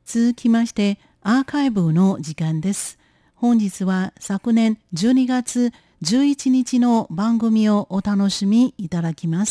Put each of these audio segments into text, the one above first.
続きましてアーカイブの時間です。本日は昨年12月11日の番組をお楽しみいただきます。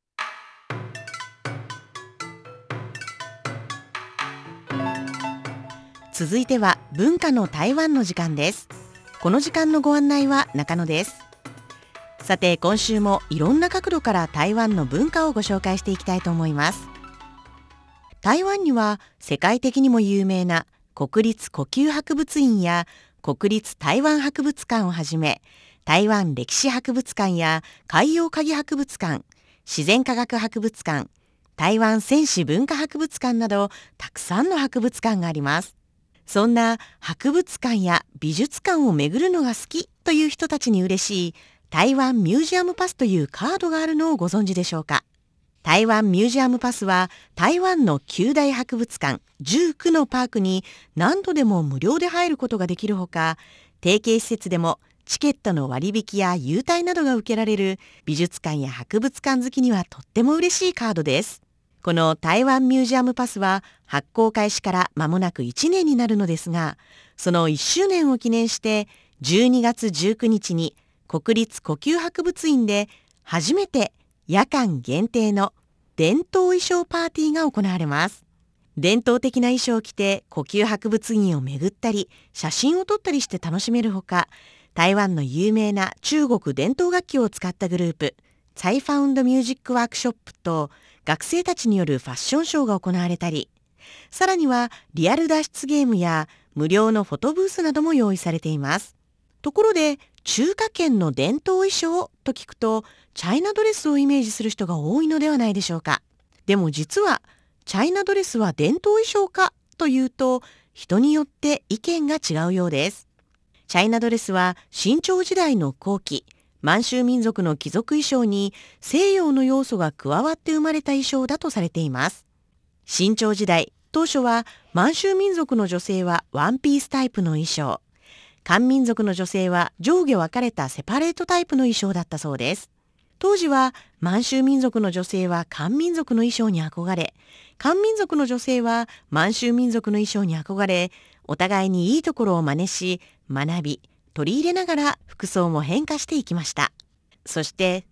続いては文化の台湾の時間です。この時間のご案内は中野です。さて今週もいろんな角度から台湾の文化をご紹介していきたいと思います。台湾には世界的にも有名な国立故宮博物院や国立台湾博物館をはじめ、台湾歴史博物館や海洋科技博物館、自然科学博物館、台湾戦史文化博物館などたくさんの博物館があります。そんな博物館や美術館を巡るのが好きという人たちに嬉しい台湾ミュージアムパスというカードがあるのをご存知でしょうか。台湾ミュージアムパスは台湾の9大博物館19のパークに何度でも無料で入ることができるほか、提携施設でもチケットの割引や優待などが受けられる美術館や博物館好きにはとっても嬉しいカードです。この台湾ミュージアムパスは発行開始から間もなく1年になるのですが、その1周年を記念して12月19日に国立故宮博物院で初めて夜間限定の伝統衣装パーティーが行われます。伝統的な衣装を着て故宮博物院を巡ったり写真を撮ったりして楽しめるほか、台湾の有名な中国伝統楽器を使ったグループツァイファウンドミュージックワークショップと学生たちによるファッションショーが行われたり、さらにはリアル脱出ゲームや無料のフォトブースなども用意されています。ところで中華圏の伝統衣装と聞くとチャイナドレスをイメージする人が多いのではないでしょうか。でも実はチャイナドレスは伝統衣装かというと人によって意見が違うようです。チャイナドレスは清朝時代の後期、満州民族の貴族衣装に西洋の要素が加わって生まれた衣装だとされています。清朝時代、当初は満州民族の女性はワンピースタイプの衣装、漢民族の女性は上下分かれたセパレートタイプの衣装だったそうです。当時は満州民族の女性は漢民族の衣装に憧れ、漢民族の女性は満州民族の衣装に憧れ、お互いにいいところを真似し、学び、取り入れながら服装も変化していきました。そして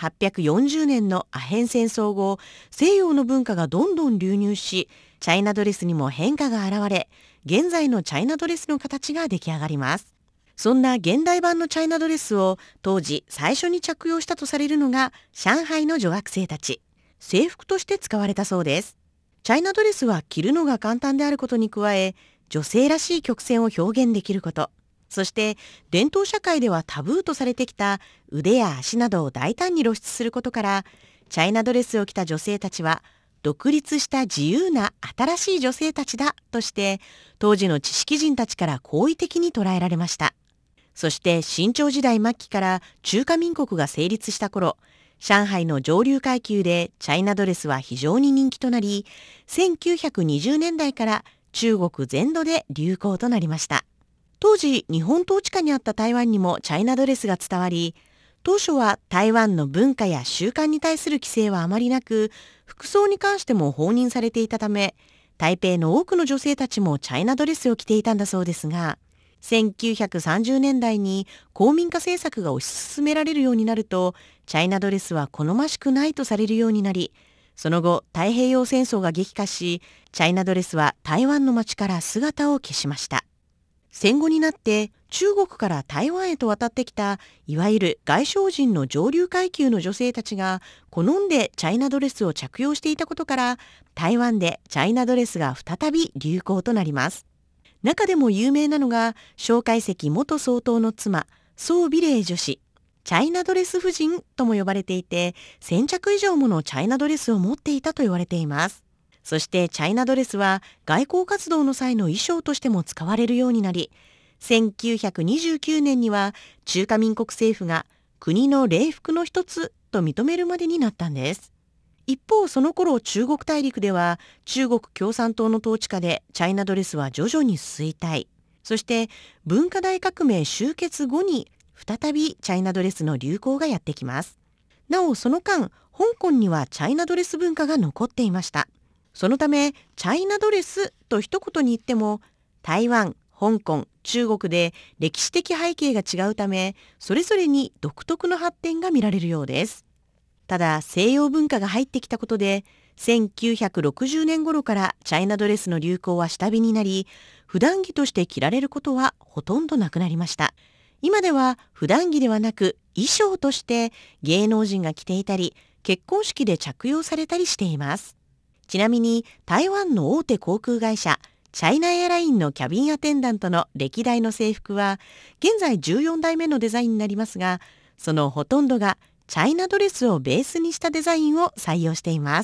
1840年のアヘン戦争後、西洋の文化がどんどん流入し、チャイナドレスにも変化が現れ、現在のチャイナドレスの形が出来上がります。そんな現代版のチャイナドレスを当時最初に着用したとされるのが上海の女学生たち。制服として使われたそうです。チャイナドレスは着るのが簡単であることに加え、女性らしい曲線を表現できること、そして伝統社会ではタブーとされてきた腕や足などを大胆に露出することから、チャイナドレスを着た女性たちは独立した自由な新しい女性たちだとして当時の知識人たちから好意的に捉えられました。そして清朝時代末期から中華民国が成立した頃、上海の上流階級でチャイナドレスは非常に人気となり、1920年代から中国全土で流行となりました。当時日本統治下にあった台湾にもチャイナドレスが伝わり、当初は台湾の文化や習慣に対する規制はあまりなく、服装に関しても放任されていたため、台北の多くの女性たちもチャイナドレスを着ていたんだそうですが、1930年代に公民化政策が推し進められるようになると、チャイナドレスは好ましくないとされるようになり、その後太平洋戦争が激化し、チャイナドレスは台湾の街から姿を消しました。戦後になって中国から台湾へと渡ってきたいわゆる外省人の上流階級の女性たちが好んでチャイナドレスを着用していたことから、台湾でチャイナドレスが再び流行となります。中でも有名なのが蒋介石元総統の妻宋美齢女史、チャイナドレス夫人とも呼ばれていて、1000着以上ものチャイナドレスを持っていたと言われています。そしてチャイナドレスは外交活動の際の衣装としても使われるようになり、1929年には中華民国政府が国の礼服の一つと認めるまでになったんです。一方その頃中国大陸では中国共産党の統治下でチャイナドレスは徐々に衰退。そして文化大革命終結後に再びチャイナドレスの流行がやってきます。なおその間、香港にはチャイナドレス文化が残っていました。 そのためチャイナドレスと一言に言っても台湾、香港、中国で歴史的背景が違うためそれぞれに独特の発展が見られるようです。ただ西洋文化が入ってきたことで1960年頃からチャイナドレスの流行は下火になり普段着として着られることはほとんどなくなりました。今では普段着ではなく衣装として芸能人が着ていたり結婚式で着用されたりしています。ちなみに台湾の大手航空会社チャイナエアラインのキャビンアテンダントの歴代の制服は現在14代目のデザインになりますがそのほとんどがチャイナドレスをベースにしたデザインを採用しています。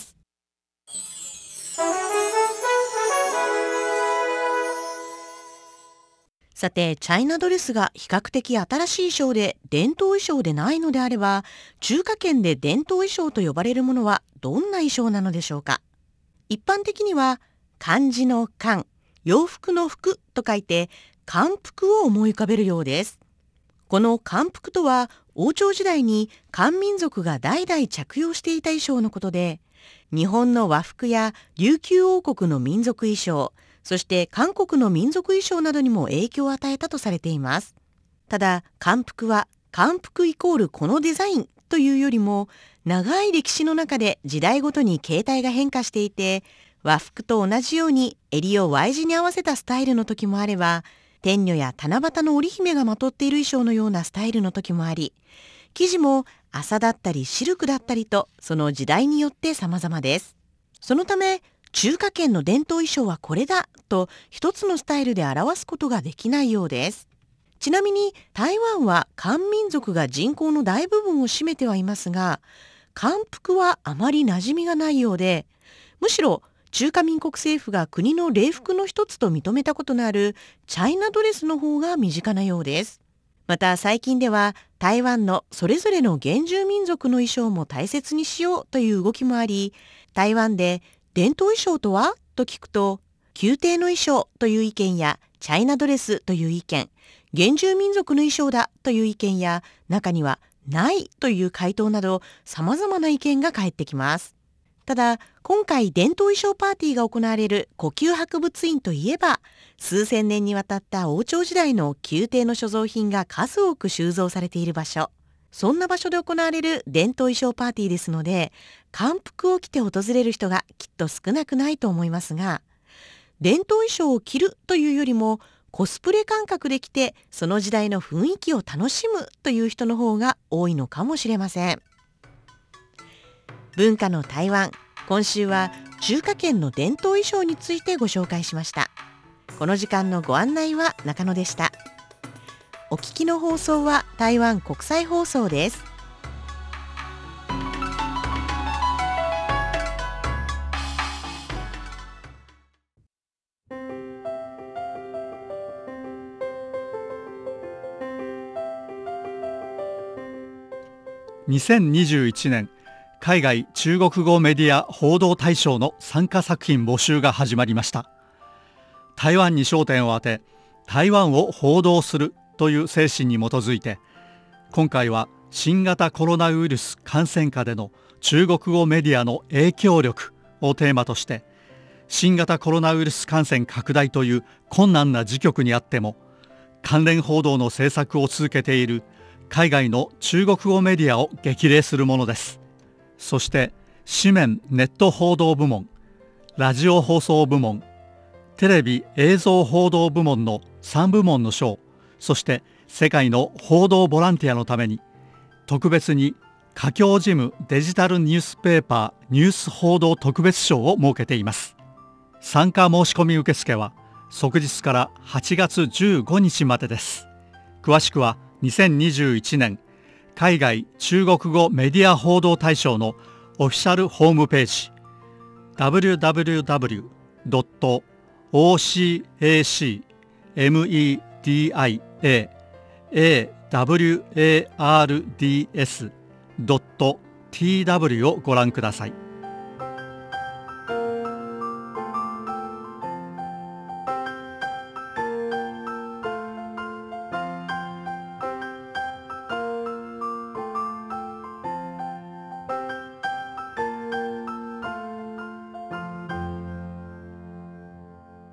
さてチャイナドレスが比較的新しい衣装で伝統衣装でないのであれば中華圏で伝統衣装と呼ばれるものはどんな衣装なのでしょうか。一般的には漢字の漢、洋服の服と書いて漢服を思い浮かべるようです。この漢服とは王朝時代に漢民族が代々着用していた衣装のことで日本の和服や琉球王国の民族衣装そして韓国の民族衣装などにも影響を与えたとされています。ただ漢服は漢服イコールこのデザインというよりも長い歴史の中で時代ごとに形態が変化していて和服と同じように襟を Y 字に合わせたスタイルの時もあれば天女や七夕の織姫がまとっている衣装のようなスタイルの時もあり生地も麻だったりシルクだったりとその時代によって様々です。そのため中華圏の伝統衣装はこれだと一つのスタイルで表すことができないようです。ちなみに台湾は漢民族が人口の大部分を占めてはいますが漢服はあまり馴染みがないようでむしろ中華民国政府が国の礼服の一つと認めたことのあるチャイナドレスの方が身近なようです。また最近では台湾のそれぞれの原住民族の衣装も大切にしようという動きもあり台湾で伝統衣装とはと聞くと宮廷の衣装という意見やチャイナドレスという意見原住民族の衣装だという意見や中にはないという回答など様々な意見が返ってきます。ただ今回伝統衣装パーティーが行われる故宮博物院といえば数千年にわたった王朝時代の宮廷の所蔵品が数多く収蔵されている場所そんな場所で行われる伝統衣装パーティーですので漢服を着て訪れる人がきっと少なくないと思いますが伝統衣装を着るというよりもコスプレ感覚で着てその時代の雰囲気を楽しむという人の方が多いのかもしれません。文化の台湾今週は中華圏の伝統衣装についてご紹介しました。この時間のご案内は中野でした。お聞きの放送は台湾国際放送です。 2021年海外中国語メディア報道大賞の参加作品募集が始まりました。台湾に焦点を当て台湾を報道するという精神に基づいて今回は新型コロナウイルス感染下での中国語メディアの影響力をテーマとして新型コロナウイルス感染拡大という困難な時局にあっても関連報道の制作を続けている海外の中国語メディアを激励するものです。そして紙面ネット報道部門、ラジオ放送部門、テレビ映像報道部門の3部門の賞、そして世界の報道ボランティアのために特別に華僑事務デジタルニュースペーパーニュース報道特別賞を設けています。参加申し込み受付は即日から8月15日までです。詳しくは2021年海外中国語メディア報道大賞のオフィシャルホームページ www.ocacmediaawards.tw をご覧ください。